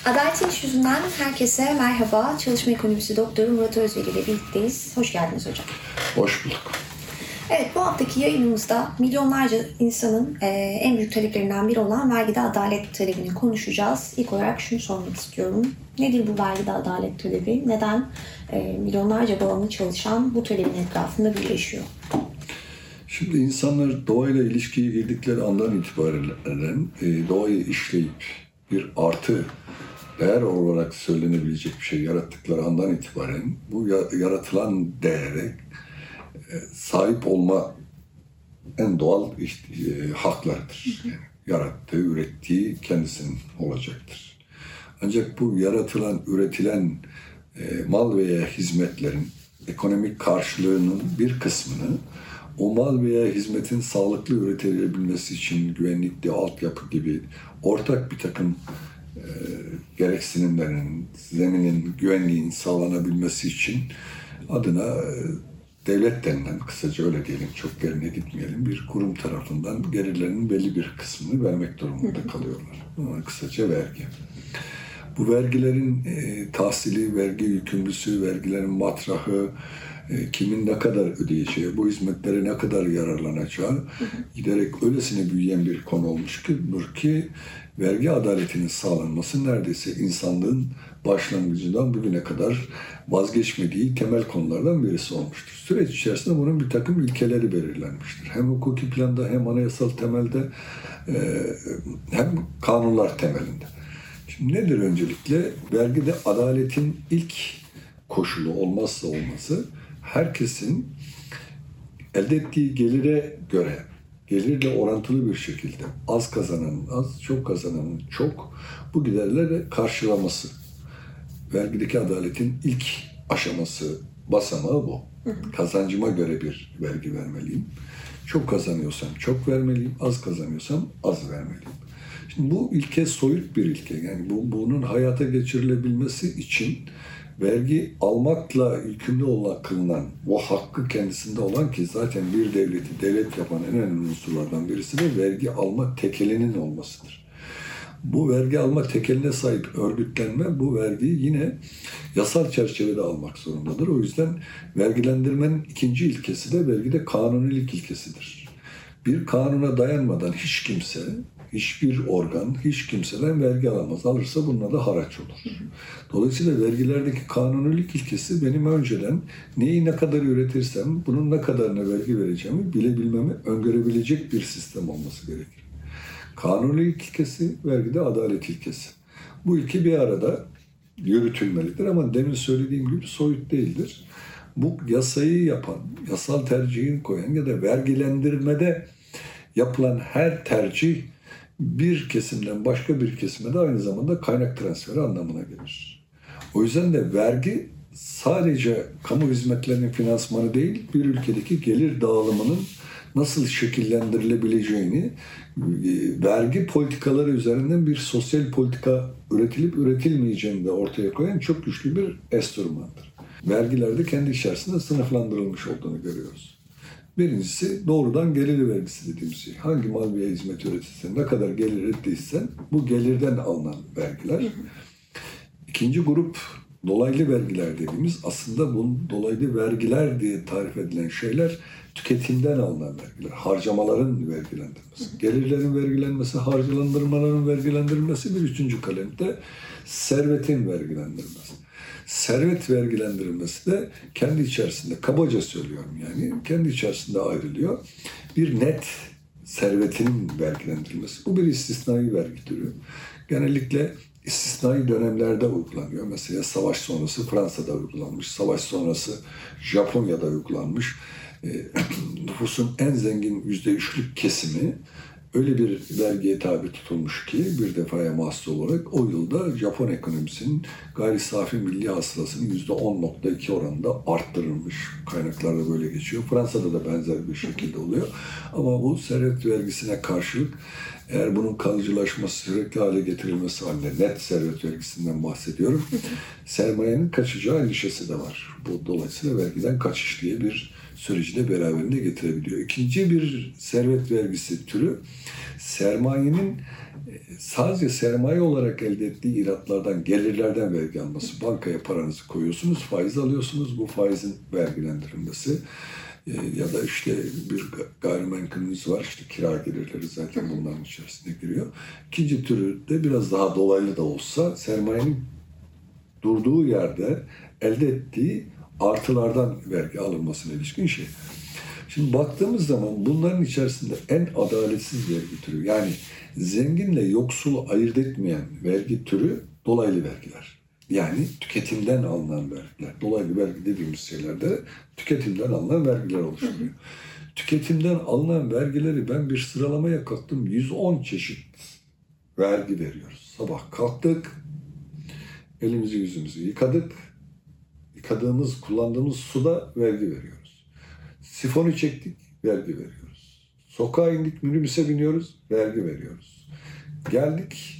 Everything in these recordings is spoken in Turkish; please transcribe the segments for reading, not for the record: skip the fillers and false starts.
Adalet İş Yüzünden herkese merhaba. Çalışma Ekonomisi Doktoru Murat Özveri ile birlikteyiz. Hoş geldiniz hocam. Hoş bulduk. Evet, bu haftaki yayınımızda milyonlarca insanın en büyük taleplerinden biri olan vergide adalet talebini konuşacağız. İlk olarak şunu sormak istiyorum. Nedir bu vergide adalet talebi? Neden milyonlarca bağımlı çalışan bu talebin etrafında birleşiyor? Şimdi insanlar doğayla ilişkiye girdikleri andan itibaren doğayı işleyip bir artı değer olarak söylenebilecek bir şey yarattıkları andan itibaren bu yaratılan değere sahip olma en doğal haklarıdır. Yani yarattığı, ürettiği kendisinin olacaktır. Ancak bu yaratılan, üretilen mal veya hizmetlerin ekonomik karşılığının bir kısmını o mal veya hizmetin sağlıklı üretilebilmesi için güvenlikli altyapı gibi ortak bir takım gereksinimlerin, zeminin, güvenliğin sağlanabilmesi için adına devlet denilen, kısaca öyle diyelim, çok derine gitmeyelim, bir kurum tarafından gelirlerinin belli bir kısmını vermek durumunda kalıyorlar. Buna kısaca vergi. Bu vergilerin tahsili, vergi yükümlüsü, vergilerin matrahı, kimin ne kadar ödeyeceği, bu hizmetlere ne kadar yararlanacağı giderek öylesine büyüyen bir konu olmuştur ki vergi adaletinin sağlanması neredeyse insanlığın başlangıcından bugüne kadar vazgeçmediği temel konulardan birisi olmuştur. Süreç içerisinde bunun bir takım ilkeleri belirlenmiştir. Hem hukuki planda hem anayasal temelde hem kanunlar temelinde. Şimdi nedir öncelikle? Vergide adaletin ilk koşulu, olmazsa olmazı, herkesin elde ettiği gelire göre, gelirle orantılı bir şekilde az kazananın az, çok kazananın çok, bu giderleri karşılaması. Vergideki adaletin ilk aşaması, basamağı bu. Kazancıma göre bir vergi vermeliyim. Çok kazanıyorsam çok vermeliyim, az kazanıyorsam az vermeliyim. Şimdi bu ilke soyut bir ilke. Yani bunun hayata geçirilebilmesi için vergi almakla yükümlü olan kılınan, o hakkı kendisinde olan ki zaten bir devleti devlet yapan en önemli unsurlardan birisi de vergi alma tekelinin olmasıdır. Bu vergi alma tekeline sahip örgütlenme bu vergiyi yine yasal çerçevede almak zorundadır. O yüzden vergilendirmenin ikinci ilkesi de vergide kanunilik ilkesidir. Bir kanuna dayanmadan hiç kimse, hiçbir organ, hiç kimseden vergi alamaz. Alırsa bununla da haraç olur. Dolayısıyla vergilerdeki kanunilik ilkesi benim önceden neyi ne kadar üretirsem bunun ne kadarına vergi vereceğimi bilebilmemi öngörebilecek bir sistem olması gerekir. Kanunilik ilkesi, vergide adalet ilkesi. Bu iki bir arada yürütülmelidir ama demin söylediğim gibi soyut değildir. Bu yasayı yapan, yasal tercihin koyan ya da vergilendirmede yapılan her tercih bir kesimden başka bir kesime de aynı zamanda kaynak transferi anlamına gelir. O yüzden de vergi sadece kamu hizmetlerinin finansmanı değil, bir ülkedeki gelir dağılımının nasıl şekillendirilebileceğini, vergi politikaları üzerinden bir sosyal politika üretilip üretilmeyeceğini de ortaya koyan çok güçlü bir enstrümandır. Vergilerde kendi içerisinde sınıflandırılmış olduğunu görüyoruz. Birincisi doğrudan gelir vergisi dediğimiz şey. Hangi mal veya hizmet üretirsen, ne kadar gelir ürettiysen bu gelirden alınan vergiler. İkinci grup dolaylı vergiler dediğimiz, aslında bu dolaylı vergiler diye tarif edilen şeyler tüketimden alınan vergiler. Harcamaların vergilendirilmesi, gelirlerin vergilenmesi, harcalandırmaların vergilendirilmesi, bir üçüncü kalemde servetin vergilendirilmesi. Servet vergilendirilmesi de kendi içerisinde, kabaca söylüyorum yani, kendi içerisinde ayrılıyor. Bir net servetinin vergilendirilmesi. Bu bir istisnai vergi türü. Genellikle istisnai dönemlerde uygulanıyor. Mesela savaş sonrası Fransa'da uygulanmış, savaş sonrası Japonya'da uygulanmış. Nüfusun en zengin %3'lük kesimi öyle bir vergiye tabi tutulmuş ki bir defaya mahsus olarak o yılda Japon ekonomisinin gayri safi milli hasılasının %10.2 oranında arttırılmış. Kaynaklarda böyle geçiyor. Fransa'da da benzer bir şekilde oluyor. Ama bu servet vergisine karşılık eğer bunun kalıcılaşması, sürekli hale getirilmesi halinde, net servet vergisinden bahsediyorum, sermayenin kaçacağı endişesi de var. Bu dolayısıyla vergiden kaçış diye bir süreci de beraberinde getirebiliyor. İkinci bir servet vergisi türü, sermayenin sadece sermaye olarak elde ettiği iratlardan, gelirlerden vergi alması. Bankaya paranızı koyuyorsunuz, faiz alıyorsunuz, bu faizin vergilendirilmesi. Ya da işte bir gayrimenkulünüz var, işte kira gelirleri zaten bunların içerisine giriyor. İkinci türü de biraz daha dolaylı da olsa sermayenin durduğu yerde elde ettiği artılardan vergi alınmasına ilişkin şey. Şimdi baktığımız zaman bunların içerisinde en adaletsiz vergi türü, yani zenginle yoksulu ayırt etmeyen vergi türü dolaylı vergiler. Yani tüketimden alınan vergiler. Dolaylı vergi dediğimiz şeylerde tüketimden alınan vergiler oluşturuyor. Tüketimden alınan vergileri ben bir sıralamaya kalktım. 110 çeşit vergi veriyoruz. Sabah kalktık, elimizi yüzümüzü yıkadık. Yıkadığımız, kullandığımız suda vergi veriyoruz. Sifonu çektik, vergi veriyoruz. Sokağa indik, minibüse biniyoruz, vergi veriyoruz. Geldik,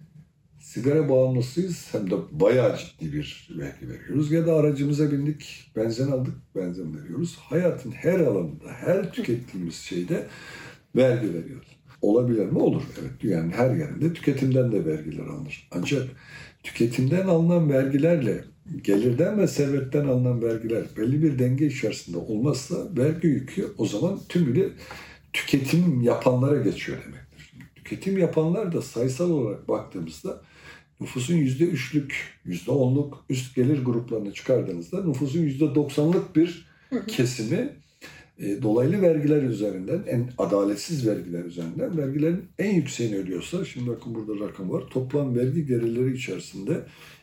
sigara bağımlısıyız, hem de bayağı ciddi bir vergi veriyoruz. Ya da aracımıza bindik, benzin aldık, benzin veriyoruz. Hayatın her alanında, her tükettiğimiz şeyde vergi veriyoruz. Olabilir mi? Olur. Evet, dünyanın her yerinde tüketimden de vergiler alınır. Ancak tüketimden alınan vergilerle gelirden ve servetten alınan vergiler belli bir denge içerisinde olmazsa vergi yükü o zaman tümüyle tüketim yapanlara geçiyor demektir. Tüketim yapanlar da sayısal olarak baktığımızda nüfusun %3'lük, %10'luk üst gelir gruplarını çıkardığınızda nüfusun %90'lık bir kesimi dolaylı vergiler üzerinden, en adaletsiz vergiler üzerinden vergilerin en yükseğini ödüyorsa, şimdi bakın burada rakam var, toplam vergi gelirleri içerisinde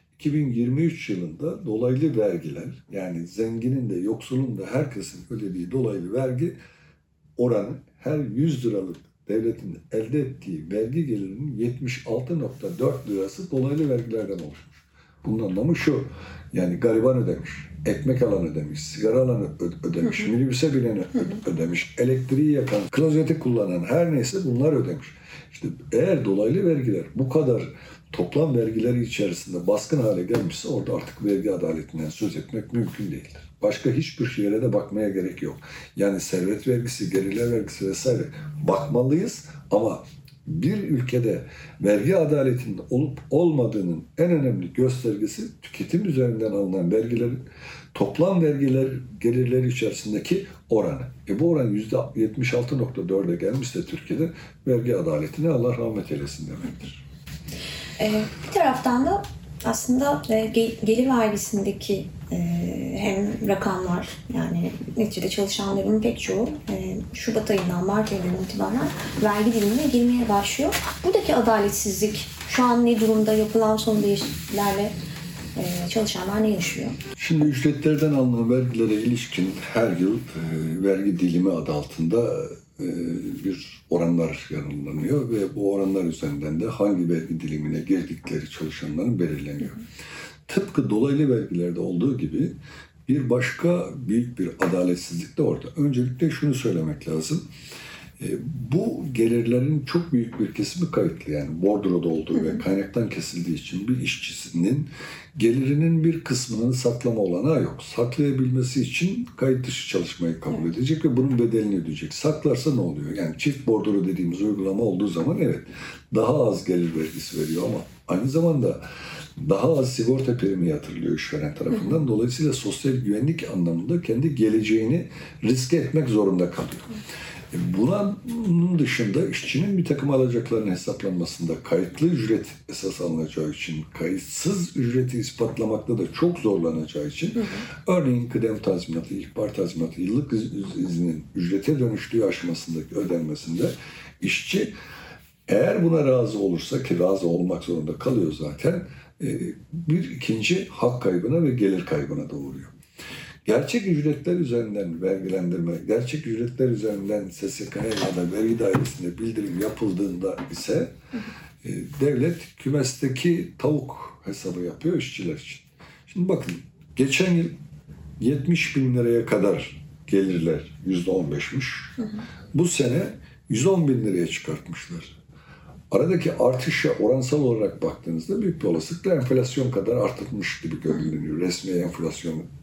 2023 yılında dolaylı vergiler, yani zenginin de yoksulun da herkesin ödediği dolaylı vergi oranı her 100 liralık devletin elde ettiği vergi gelirinin 76,4 lirası dolaylı vergilerden oluşmuş. Bunun anlamı şu, yani gariban ödemiş, ekmek alan ödemiş, sigara alan ödemiş, minibüse binen ödemiş, elektriği yakan, klozeti kullanan her neyse bunlar ödemiş. İşte eğer dolaylı vergiler bu kadar toplam vergileri içerisinde baskın hale gelmişse orada artık vergi adaletinden söz etmek mümkün değildir. Başka hiçbir yere de bakmaya gerek yok. Yani servet vergisi, gelirler vergisi vesaire bakmalıyız ama bir ülkede vergi adaletinin olup olmadığının en önemli göstergesi tüketim üzerinden alınan vergilerin toplam vergiler gelirleri içerisindeki oranı. Bu oran %76,4'e gelmişse Türkiye'de vergi adaletine Allah rahmet eylesin demektir. Bir taraftan da aslında gelir vergisindeki hem rakamlar, yani neticede çalışanların pek çoğu Şubat ayından Mart ayından itibaren vergi dilimine girmeye başlıyor. Buradaki adaletsizlik şu an ne durumda, yapılan son değişikliklerle çalışanlar ne yaşıyor? Şimdi ücretlerden alınan vergilere ilişkin her yıl vergi dilimi adı altında bir oranlar yararlanıyor ve bu oranlar üzerinden de hangi vergi dilimine girdikleri çalışanların belirleniyor. Tıpkı dolaylı vergilerde olduğu gibi bir başka büyük bir adaletsizlik de orada. Öncelikle şunu söylemek lazım. Bu gelirlerin çok büyük bir kesimi kayıtlı, yani bordroda olduğu ve kaynaktan kesildiği için bir işçisinin gelirinin bir kısmını saklama olanağı yok. Saklayabilmesi için kayıt dışı çalışmayı kabul edecek ve bunun bedelini ödeyecek. Saklarsa ne oluyor? Yani çift bordro dediğimiz uygulama olduğu zaman evet daha az gelir vergisi veriyor ama aynı zamanda daha az sigorta primi yatırılıyor işveren tarafından. Dolayısıyla sosyal güvenlik anlamında kendi geleceğini riske etmek zorunda kalıyor. Bunun dışında işçinin bir takım alacaklarının hesaplanmasında kayıtlı ücret esas alınacağı için, kayıtsız ücreti ispatlamakta da çok zorlanacağı için, örneğin kıdem tazminatı, ihbar tazminatı, yıllık iznin ücrete dönüştüğü aşamasındaki ödenmesinde işçi eğer buna razı olursa, ki razı olmak zorunda kalıyor zaten, bir ikinci hak kaybına ve gelir kaybına da uğruyor. Gerçek ücretler üzerinden vergilendirme, gerçek ücretler üzerinden SSK'ya ya da vergi dairesinde bildirim yapıldığında ise devlet kümesteki tavuk hesabı yapıyor işçiler için. Şimdi bakın, geçen yıl 70 bin liraya kadar gelirler %15'miş. Bu sene 110 bin liraya çıkartmışlar. Aradaki artışa oransal olarak baktığınızda büyük bir olasılıkla enflasyon kadar artmış gibi görünüyor. Resmi enflasyon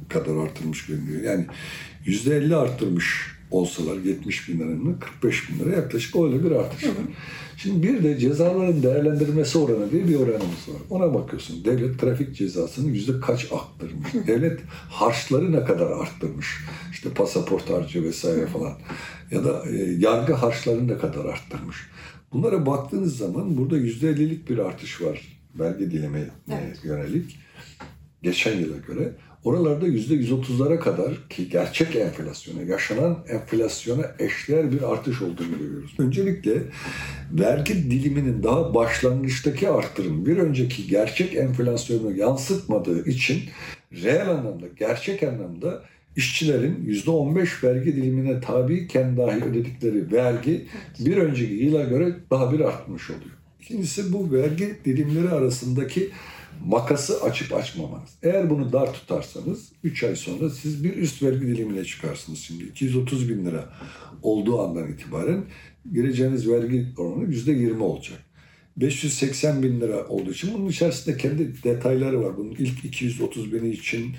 kadar artırmış görünüyor. Yani %50 arttırmış olsalar 70 bin liranın 45 bin lira yaklaşık öyle bir artış var. Şimdi bir de cezaların değerlendirilmesi oranı diye bir oranımız var. Ona bakıyorsun. Devlet trafik cezasını yüzde kaç arttırmış? Devlet harçları ne kadar arttırmış? İşte pasaport harcı vesaire falan. Ya da yargı harçlarını ne kadar arttırmış? Bunlara baktığınız zaman burada %50'lik bir artış var vergi dilimine yönelik. Geçen yıla göre. Oralarda %130'lara kadar ki gerçek enflasyona, yaşanan enflasyona eşdeğer bir artış olduğunu görüyoruz. Öncelikle vergi diliminin daha başlangıçtaki artırım bir önceki gerçek enflasyonu yansıtmadığı için reel anlamda, gerçek anlamda işçilerin %15 vergi dilimine tabiyken dahi ödedikleri vergi bir önceki yıla göre daha bir artmış oluyor. İkincisi bu vergi dilimleri arasındaki makası açıp açmamanız. Eğer bunu dar tutarsanız 3 ay sonra siz bir üst vergi dilimine çıkarsınız. Şimdi 230 bin lira olduğu andan itibaren gireceğiniz vergi oranı %20 olacak. 580 bin lira olduğu için bunun içerisinde kendi detayları var. Bunun ilk 230 bini için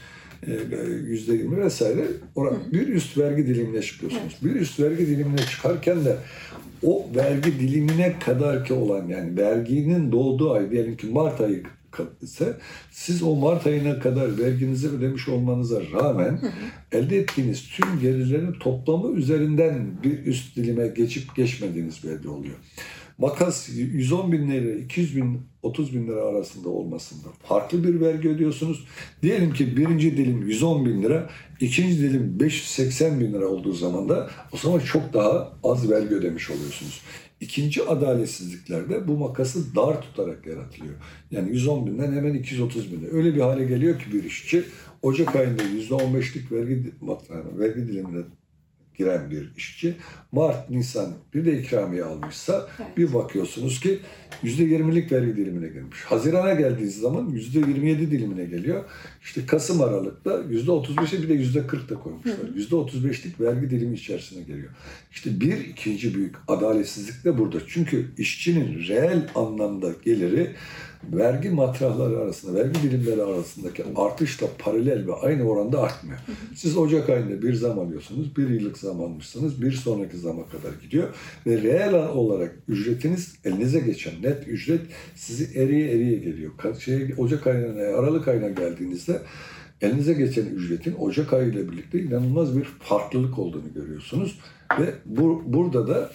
%20 vesaire. Bir üst vergi dilimine çıkıyorsunuz. Bir üst vergi dilimine çıkarken de o vergi dilimine kadar ki olan yani verginin doğduğu ay diyelim ki Mart ayı ise siz o Mart ayına kadar verginizi ödemiş olmanıza rağmen elde ettiğiniz tüm gelirlerin toplamı üzerinden bir üst dilime geçip geçmediğiniz belli oluyor. Makas 110 bin lira, 200 bin, 30 bin lira arasında olmasında farklı bir vergi ödüyorsunuz. Diyelim ki birinci dilim 110 bin lira, ikinci dilim 580 bin lira olduğu zaman da o zaman çok daha az vergi ödemiş oluyorsunuz. İkinci adaletsizliklerde bu makası dar tutarak yaratılıyor. Yani 110 binden hemen 230 bine. Öyle bir hale geliyor ki bir işçi Ocak ayında %15'lik vergi dilimine giren bir işçi Mart, Nisan bir de ikramiye almışsa bir bakıyorsunuz ki %20'lik vergi dilimine girmiş. Haziran'a geldiği zaman %27 dilimine geliyor. İşte Kasım Aralık'ta %35'e bir de %40 da koymuşlar. %35'lik vergi dilimi içerisine geliyor. İşte bir ikinci büyük adaletsizlik de burada. Çünkü işçinin reel anlamda geliri vergi matrahları arasında, vergi dilimleri arasındaki artışla paralel ve aynı oranda artmıyor. Siz Ocak ayında bir zam alıyorsunuz, bir yıllık zam almışsınız, bir sonraki zama kadar gidiyor ve reel olarak ücretiniz elinize geçen net ücret sizi eriye geliyor. Ocak ayına, Aralık ayına geldiğinizde elinize geçen ücretin Ocak ayı ile birlikte inanılmaz bir farklılık olduğunu görüyorsunuz ve burada da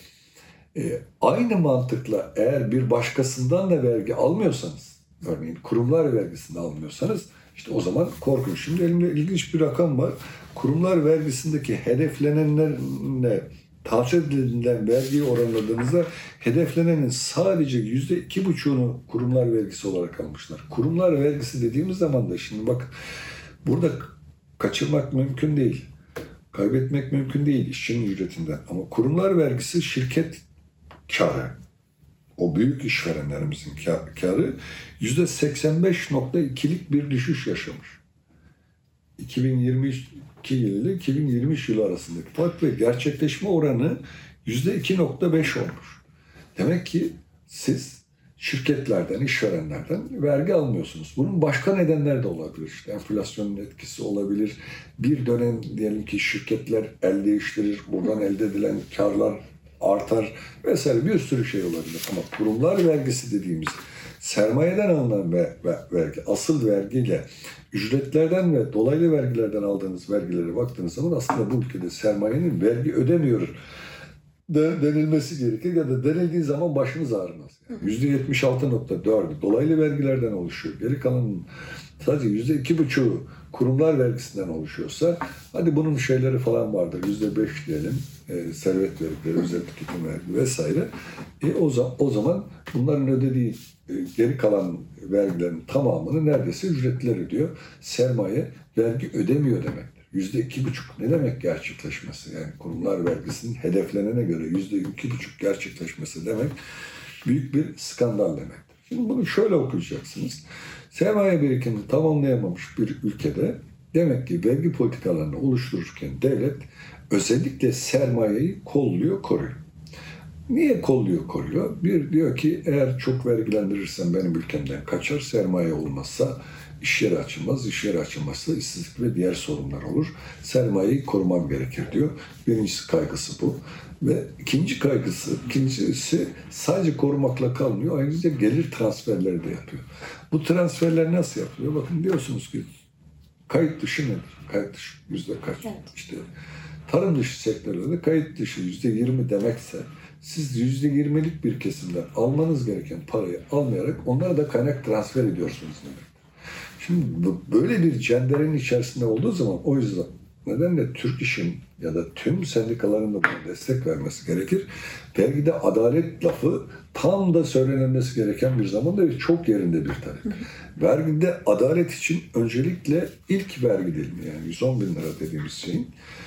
aynı mantıkla eğer bir başkasından da vergi almıyorsanız, örneğin kurumlar vergisini almıyorsanız işte o zaman korkun. Şimdi elimde ilginç bir rakam var. Kurumlar vergisindeki hedeflenenlerle tahsil edilen vergiyi oranladığınızda hedeflenenin sadece %2,5'unu kurumlar vergisi olarak almışlar. Kurumlar vergisi dediğimiz zaman da şimdi bak burada kaçırmak mümkün değil. Kaybetmek mümkün değil işçinin ücretinden. Ama kurumlar vergisi şirket karı, o büyük işverenlerimizin karı %85,2'lik bir düşüş yaşamış. 2022 yılı ile 2023 yılı arasındaki fark ve gerçekleşme oranı %2,5 olmuş. Demek ki siz şirketlerden, işverenlerden vergi almıyorsunuz. Bunun başka nedenleri de olabilir. İşte enflasyonun etkisi olabilir. Bir dönem diyelim ki şirketler el değiştirir, buradan elde edilen karlar artar vesaire bir sürü şey olabilir. Ama kurumlar vergisi dediğimiz sermayeden alınan vergi, asıl vergiyle ücretlerden ve dolaylı vergilerden aldığınız vergilere baktığınız zaman aslında bu ülkede sermayenin vergi ödemiyor denilmesi gerekir ya da denildiği zaman başınız ağrımaz. Yani %76,4 dolaylı vergilerden oluşuyor. Geri kalanın sadece %2,5'u kurumlar vergisinden oluşuyorsa hadi bunun şeyleri falan vardır. %5 diyelim servet vergileri, özel tüketim vergi vesaire. O zaman bunların ödediği geri kalan vergilerin tamamını neredeyse ücretliler ödüyor. Sermaye vergi ödemiyor demektir. %2,5 ne demek gerçekleşmesi? Yani kurumlar vergisinin hedeflenene göre %2,5 gerçekleşmesi demek büyük bir skandal demektir. Şimdi bunu şöyle okuyacaksınız. Sermaye birikimini tamamlayamamış bir ülkede demek ki vergi politikalarını oluştururken devlet özellikle sermayeyi kolluyor, koruyor. Niye kolluyor koruyor? Bir diyor ki eğer çok vergilendirirsen benim ülkemden kaçar, sermaye olmazsa iş yeri açılmaz, iş yeri açılmazsa işsizlik ve diğer sorunlar olur. Sermayeyi korumam gerekir diyor. Birincisi kaygısı bu. Ve ikincisi sadece korumakla kalmıyor. Ayrıca gelir transferleri de yapıyor. Bu transferler nasıl yapılıyor? Bakın diyorsunuz ki kayıt dışı nedir? Kayıt dışı yüzde kaç? Evet. İşte tarım dışı sektörlerde kayıt dışı %20 demekse siz %20'lik bir kesimden almanız gereken parayı almayarak onlara da kaynak transfer ediyorsunuz demek. Şimdi böyle bir cenderenin içerisinde olduğu zaman o yüzden nedenle Türk İş'in ya da tüm sendikaların da buna destek vermesi gerekir. Vergide adalet lafı tam da söylenmesi gereken bir zamanda ve çok yerinde bir talep. Vergide adalet için öncelikle ilk vergi dilimi yani 110 bin lira dediğimiz şeyin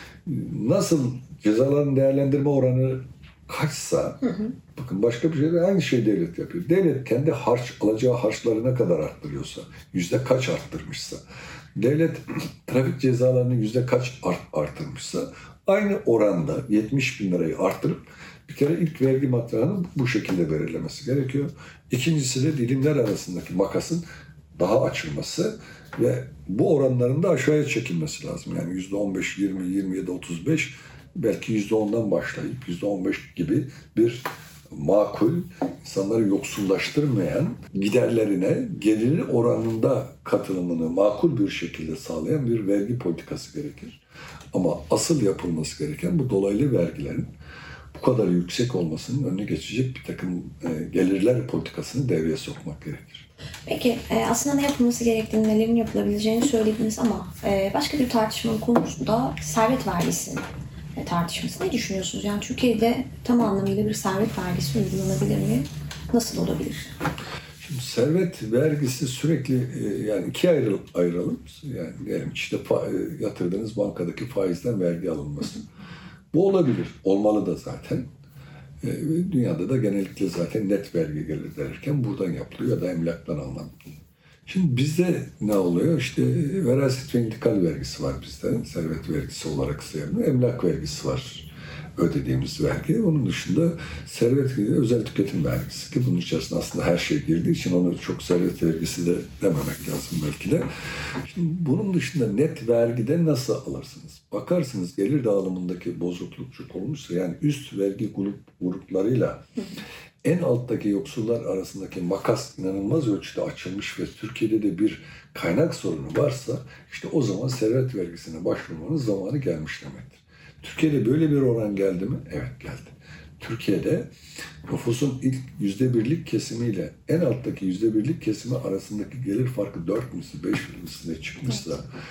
nasıl cezaların değerlendirme oranı kaçsa, bakın başka bir şey de aynı şey devlet yapıyor. Devlet kendi alacağı harçları ne kadar arttırıyorsa, yüzde kaç arttırmışsa, devlet trafik cezalarını yüzde kaç arttırmışsa, aynı oranda 70 bin lirayı arttırıp bir kere ilk vergi matrağını bu şekilde belirlemesi gerekiyor. İkincisi de dilimler arasındaki makasın daha açılması ve bu oranların da aşağıya çekilmesi lazım. Yani %15, 20, 27, 35 belki %10'dan başlayıp %15 gibi bir makul, insanları yoksullaştırmayan giderlerine geliri oranında katılımını makul bir şekilde sağlayan bir vergi politikası gerekir. Ama asıl yapılması gereken bu dolaylı vergilerin bu kadar yüksek olmasının önüne geçecek bir takım gelirler politikasını devreye sokmak gerekir. Peki aslında ne yapılması gerektiğini, nelerin yapılabileceğini söylediniz ama başka bir tartışmanın konusu da servet vergisi tartışması. Ne düşünüyorsunuz? Yani Türkiye'de tam anlamıyla bir servet vergisi uygulanabilir mi? Nasıl olabilir? Şimdi servet vergisi sürekli yani ikiye ayıralım. Yani diyelim işte yatırdığınız bankadaki faizden vergi alınması. Bu olabilir. Olmalı da zaten. Dünyada da genellikle zaten net vergi gelir derken buradan yapılıyor ya da emlaktan alınan. Şimdi bizde ne oluyor? İşte veraset ve intikal vergisi var bizde. Servet vergisi olarak sayılıyor. Emlak vergisi var ödediğimiz vergi. Onun dışında servet özel tüketim vergisi ki bunun içerisinde aslında her şey girdiği için onu çok servet vergisi de dememek lazım belki de. Şimdi bunun dışında net vergide nasıl alırsınız? Bakarsınız gelir dağılımındaki bozukluk çok olmuşsa yani üst vergi gruplarıyla en alttaki yoksullar arasındaki makas inanılmaz ölçüde açılmış ve Türkiye'de de bir kaynak sorunu varsa işte o zaman servet vergisine başvurmanın zamanı gelmiş demektir. Türkiye'de böyle bir oran geldi mi? Evet geldi. Türkiye'de nüfusun ilk %1'lik kesimiyle en alttaki %1'lik kesimi arasındaki gelir farkı 4 misli, 5 misli çıkmışsa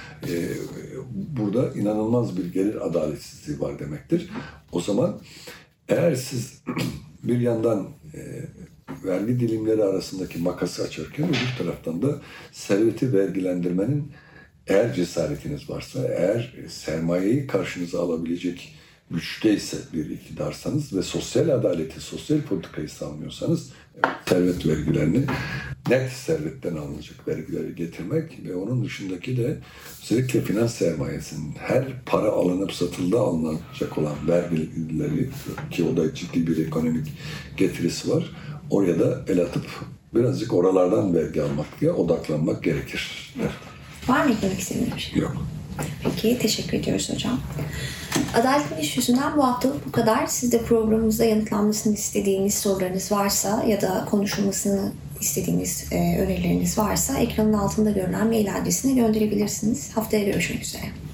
burada inanılmaz bir gelir adaletsizliği var demektir. O zaman eğer siz bir yandan vergi dilimleri arasındaki makası açarken öbür taraftan da serveti vergilendirmenin eğer cesaretiniz varsa, eğer sermayeyi karşınıza alabilecek güçteyse bir iktidarsanız ve sosyal adaleti, sosyal politikayı savunuyorsanız servet vergilerini net servetten alınacak vergileri getirmek ve onun dışındaki de özellikle finans sermayesinin her para alınıp satıldığı alınacak olan vergileri ki o da ciddi bir ekonomik getirisi var. Oraya da el atıp birazcık oralardan vergi almakya odaklanmak gerekir. Var mı eklemek istediğiniz bir şey? Yok. Peki, teşekkür ediyoruz hocam. Adaletin İş Yüzünden bu haftalık bu kadar. Siz de programımızda yanıtlanmasını istediğiniz sorularınız varsa ya da konuşulmasını istediğiniz önerileriniz varsa ekranın altında görünen mail adresine gönderebilirsiniz. Haftaya görüşmek üzere.